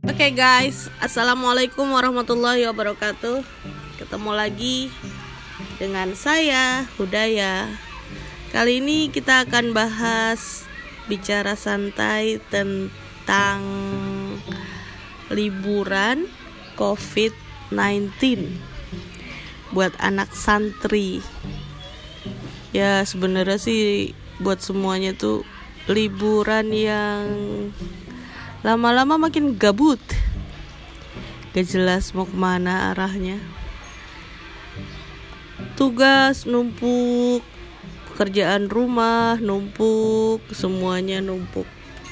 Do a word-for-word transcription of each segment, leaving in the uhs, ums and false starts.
Oke okay guys, assalamualaikum warahmatullahi wabarakatuh. Ketemu lagi dengan saya Hudaya. Kali ini kita akan bahas bicara santai tentang liburan covid sembilan belas buat anak santri. Ya sebenarnya sih buat semuanya tuh liburan yang lama-lama makin gabut, gak jelas mau kemana arahnya. Tugas numpuk, pekerjaan rumah numpuk, semuanya numpuk.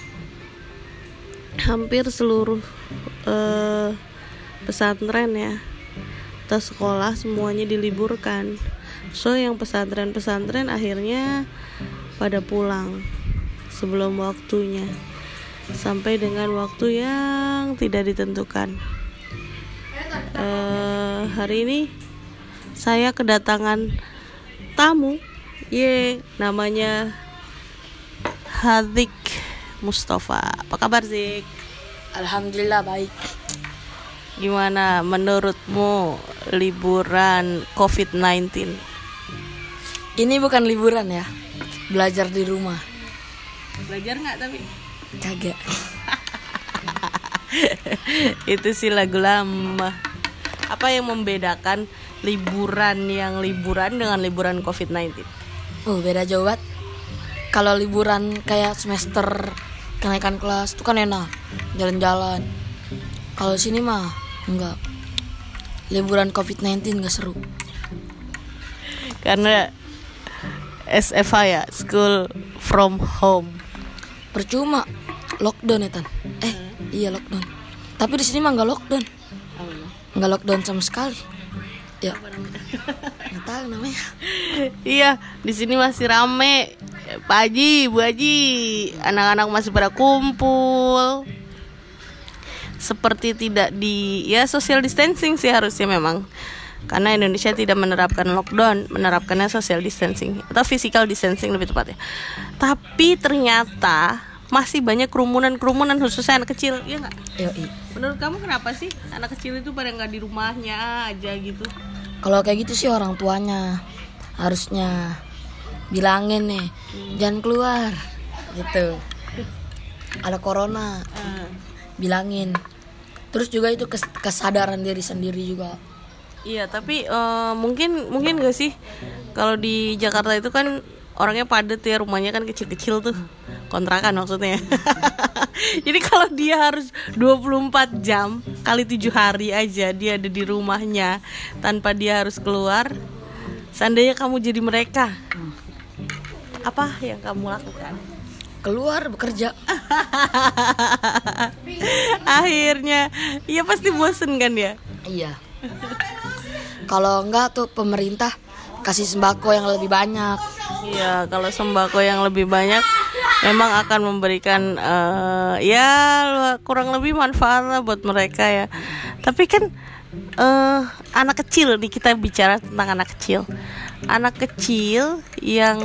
Hampir seluruh uh, pesantren ya atau sekolah semuanya diliburkan. So yang pesantren-pesantren akhirnya pada pulang sebelum waktunya, sampai dengan waktu yang tidak ditentukan. Uh, hari ini saya kedatangan tamu, ye, namanya Hadik Mustafa. Apa kabar Zik? Alhamdulillah baik. Gimana menurutmu liburan covid sembilan belas? Ini bukan liburan ya, belajar di rumah. Belajar nggak tapi? Kagak. Itu sih lagu lama. Apa yang membedakan liburan yang liburan dengan liburan covid sembilan belas? Oh beda jauh banget. Kalau liburan kayak semester kenaikan kelas itu kan enak, jalan-jalan. Kalau sini mah enggak. Liburan covid sembilan belas enggak seru. Karena S F H ya, school from home. Percuma lockdown ya Tan. Eh hmm. iya lockdown. Tapi di sini mah enggak lockdown. Enggak lockdown sama sekali. Ya. Enggak tahu namanya. Iya, di sini masih rame. Pak Haji, Bu Haji, anak-anak masih pada kumpul. Seperti tidak di ya social distancing sih harusnya memang. Karena Indonesia tidak menerapkan lockdown, menerapkannya social distancing atau physical distancing lebih tepatnya. Tapi ternyata masih banyak kerumunan-kerumunan khususnya anak kecil, ya nggak? Yoi. Menurut kamu kenapa sih anak kecil itu pada nggak di rumahnya aja gitu? Kalau kayak gitu sih orang tuanya harusnya bilangin nih, hmm. jangan keluar, gitu. Ada corona, hmm. bilangin. Terus juga itu kes- kesadaran diri sendiri juga. Iya, tapi uh, mungkin mungkin gak sih kalau di Jakarta itu kan orangnya padat ya, rumahnya kan kecil-kecil tuh, kontrakan maksudnya. Jadi kalau dia harus dua puluh empat jam kali tujuh hari aja dia ada di rumahnya tanpa dia harus keluar. Seandainya kamu jadi mereka, apa yang kamu lakukan? Keluar bekerja. Akhirnya, ya pasti bosen kan ya? Iya. Kalau enggak tuh pemerintah kasih sembako yang lebih banyak. Iya, kalau sembako yang lebih banyak memang akan memberikan uh, ya kurang lebih manfaat lah buat mereka ya. Tapi kan uh, anak kecil nih, kita bicara tentang anak kecil. Anak kecil yang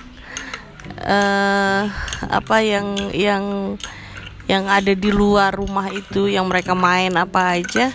uh, apa yang yang yang ada di luar rumah itu, yang mereka main apa aja.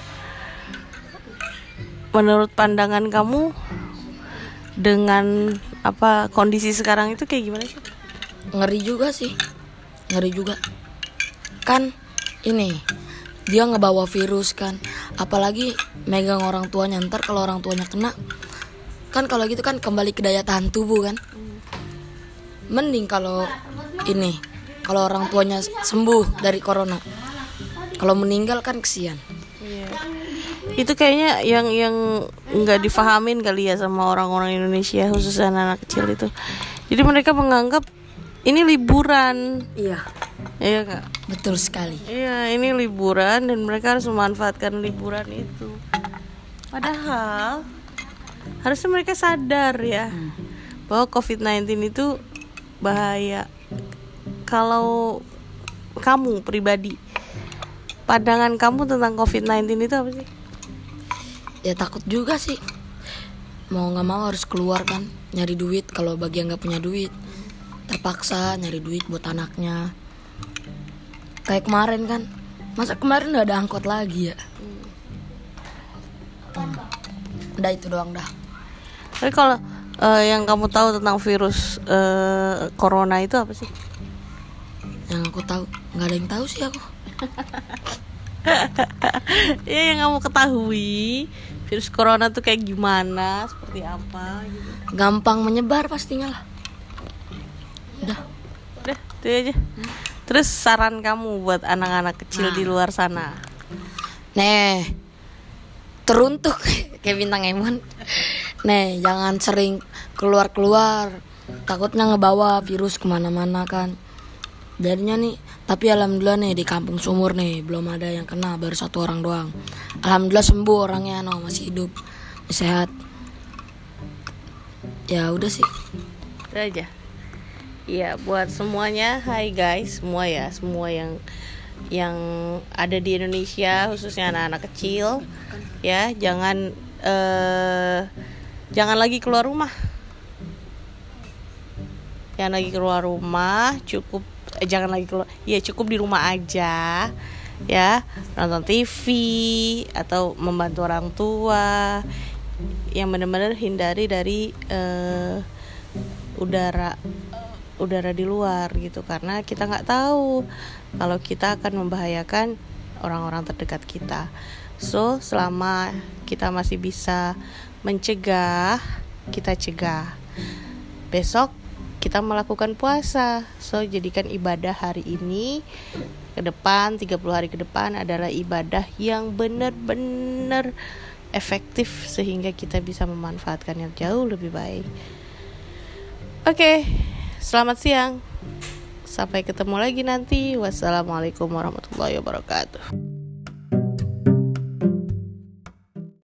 Menurut pandangan kamu dengan apa kondisi sekarang itu kayak gimana sih? Ngeri juga sih, ngeri juga. Kan ini dia ngebawa virus kan, apalagi megang orang tuanya. Ntar kalau orang tuanya kena, kan kalau gitu kan kembali ke daya tahan tubuh kan. Mending kalau ini, kalau orang tuanya sembuh dari corona. Kalau meninggal kan kesian. Iya. Itu kayaknya yang yang nggak difahamin kali ya sama orang-orang Indonesia, khususnya anak kecil itu. Jadi mereka menganggap ini liburan. Iya. Iya Kak. Betul sekali. Iya, ini liburan dan mereka harus memanfaatkan liburan itu. Padahal harusnya mereka sadar ya hmm. bahwa covid sembilan belas itu bahaya. Kalau kamu pribadi, pandangan kamu tentang covid sembilan belas itu apa sih? Ya takut juga sih. Mau gak mau harus keluar kan, nyari duit. Kalau bagi yang gak punya duit, terpaksa nyari duit buat anaknya. Kayak kemarin kan, Masa kemarin udah ada angkot lagi ya? Hmm. Udah itu doang dah. Tapi kalau uh, yang kamu tahu tentang virus uh, corona itu apa sih? Yang aku tahu, nggak ada yang tahu sih aku. Ya yang kamu ketahui virus corona tuh kayak gimana, seperti apa gitu. Gampang menyebar pastinya lah. Udah. Udah, itu aja. Terus saran kamu buat anak-anak kecil nah. di luar sana. Nih, teruntuk kayak bintang Emon. Nih, jangan sering keluar-keluar. Takutnya ngebawa virus kemana-mana kan. Jadinya nih, tapi alhamdulillah nih di kampung Sumur nih belum ada yang kena, baru satu orang doang. Alhamdulillah sembuh orangnya, no, masih hidup, masih sehat. Ya udah sih. Itu aja. Iya, buat semuanya, hai guys, semua ya, semua yang yang ada di Indonesia, khususnya anak-anak kecil, ya, jangan eh, jangan lagi keluar rumah, jangan lagi keluar rumah, cukup, eh, jangan lagi keluar, ya cukup di rumah aja, ya, nonton T V atau membantu orang tua, yang benar-benar hindari dari eh, udara udara di luar gitu, karena kita nggak tahu kalau kita akan membahayakan orang-orang terdekat kita. So selama kita masih bisa mencegah, kita cegah. Besok kita melakukan puasa, so jadikan ibadah hari ini ke depan, tiga puluh hari ke depan adalah ibadah yang benar-benar efektif sehingga kita bisa memanfaatkan yang jauh lebih baik. Oke, okay. Selamat siang. Sampai ketemu lagi nanti. Wassalamualaikum warahmatullahi wabarakatuh.